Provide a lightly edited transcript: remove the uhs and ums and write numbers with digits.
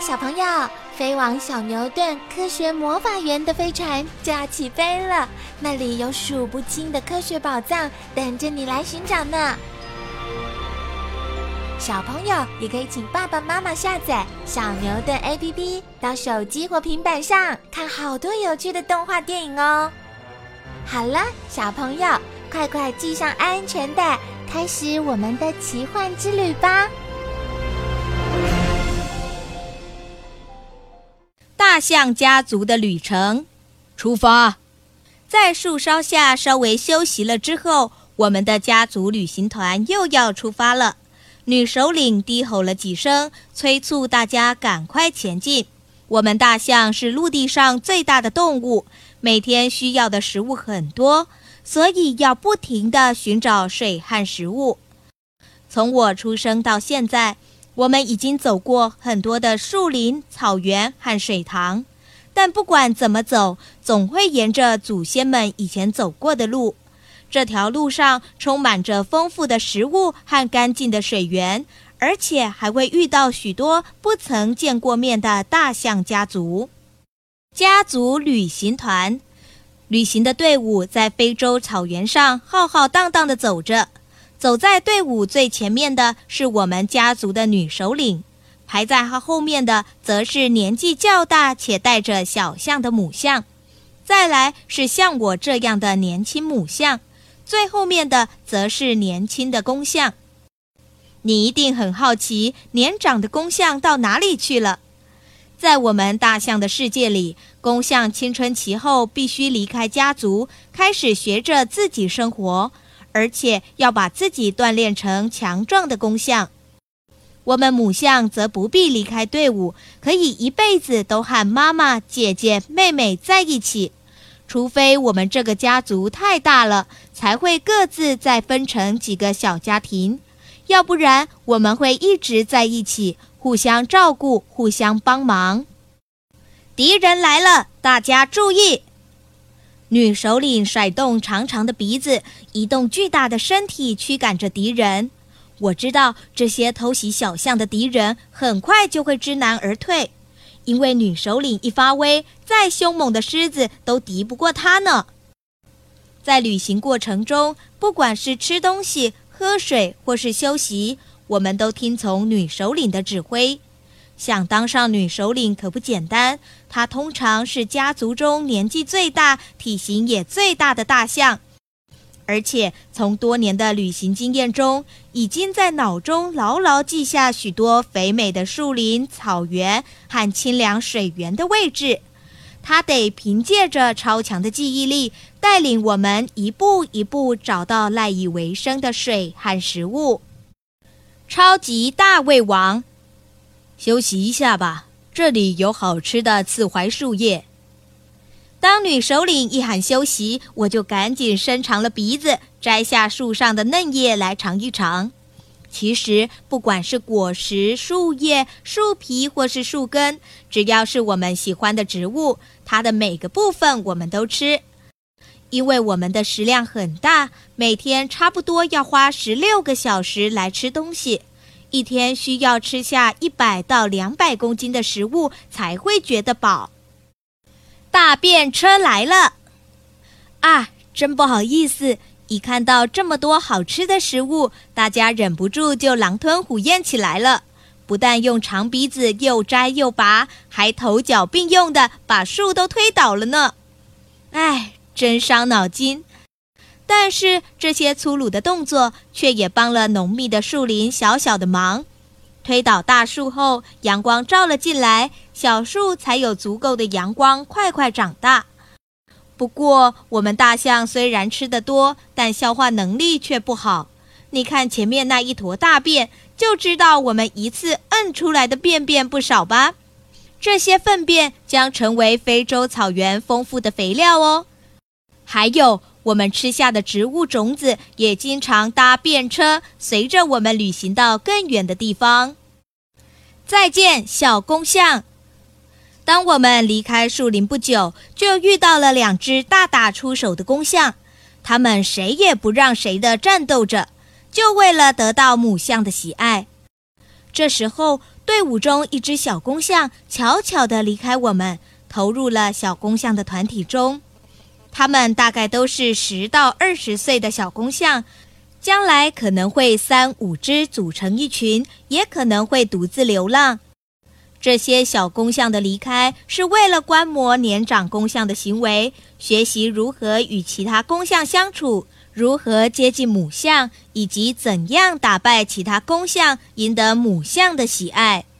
小朋友，飞往小牛顿科学魔法园的飞船就要起飞了，那里有数不清的科学宝藏等着你来寻找呢。小朋友也可以请爸爸妈妈下载小牛顿 APP， 到手机或平板上看好多有趣的动画电影哦。好了，小朋友，快快系上安全带，开始我们的奇幻之旅吧。 大象家族的旅程，出发！在树梢下稍微休息了之后，我们的家族旅行团又要出发了。女首领低吼了几声，催促大家赶快前进。我们大象是陆地上最大的动物，每天需要的食物很多，所以要不停地寻找水和食物。从我出生到现在，我们已经走过很多的树林、草原和水塘，但不管怎么走，总会沿着祖先们以前走过的路。这条路上充满着丰富的食物和干净的水源，而且还会遇到许多不曾见过面的大象家族。家族旅行团，旅行的队伍在非洲草原上浩浩荡荡地走着。走在队伍最前面的是我们家族的女首领，排在她后面的则是年纪较大且带着小象的母象，再来是像我这样的年轻母象，最后面的则是年轻的公象。你一定很好奇，年长的公象到哪里去了？在我们大象的世界里，公象青春期后必须离开家族，开始学着自己生活，而且要把自己锻炼成强壮的公象。我们母象则不必离开队伍，可以一辈子都和妈妈、姐姐、妹妹在一起。除非我们这个家族太大了，才会各自再分成几个小家庭，要不然我们会一直在一起，互相照顾，互相帮忙。敌人来了，大家注意！女首领甩动长长的鼻子，移动巨大的身体驱赶着敌人。我知道这些偷袭小象的敌人很快就会知难而退，因为女首领一发威，再凶猛的狮子都敌不过她呢。在旅行过程中，不管是吃东西、喝水或是休息，我们都听从女首领的指挥。想当上女首领可不简单，她通常是家族中年纪最大、体型也最大的大象，而且从多年的旅行经验中，已经在脑中牢牢记下许多肥美的树林、草原和清凉水源的位置。她得凭借着超强的记忆力，带领我们一步一步找到赖以为生的水和食物。超级大胃王，休息一下吧，这里有好吃的刺槐树叶。当女首领一喊休息，我就赶紧伸长了鼻子，摘下树上的嫩叶来尝一尝。其实不管是果实、树叶、树皮或是树根，只要是我们喜欢的植物，它的每个部分我们都吃。因为我们的食量很大，每天差不多要花16个小时来吃东西，一天需要吃下100到200公斤的食物才会觉得饱。大便车来了！啊，真不好意思，一看到这么多好吃的食物，大家忍不住就狼吞虎咽起来了。不但用长鼻子又摘又拔，还头脚并用的把树都推倒了呢。唉，真伤脑筋。但是这些粗鲁的动作却也帮了浓密的树林小小的忙。推倒大树后，阳光照了进来，小树才有足够的阳光快快长大。不过我们大象虽然吃得多，但消化能力却不好。你看前面那一坨大便，就知道我们一次摁出来的便便不少吧。这些粪便将成为非洲草原丰富的肥料哦。还有我们吃下的植物种子也经常搭便车，随着我们旅行到更远的地方。再见，小公象！当我们离开树林不久，就遇到了2只大打出手的公象，他们谁也不让谁的战斗着，就为了得到母象的喜爱。 这时候，队伍中一只小公象悄悄地离开我们，投入了小公象的团体中。它们大概都是10到20岁的小公象，将来可能会3、5只组成一群，也可能会独自流浪。这些小公象的离开是为了观摩年长公象的行为，学习如何与其他公象相处，如何接近母象，以及怎样打败其他公象，赢得母象的喜爱。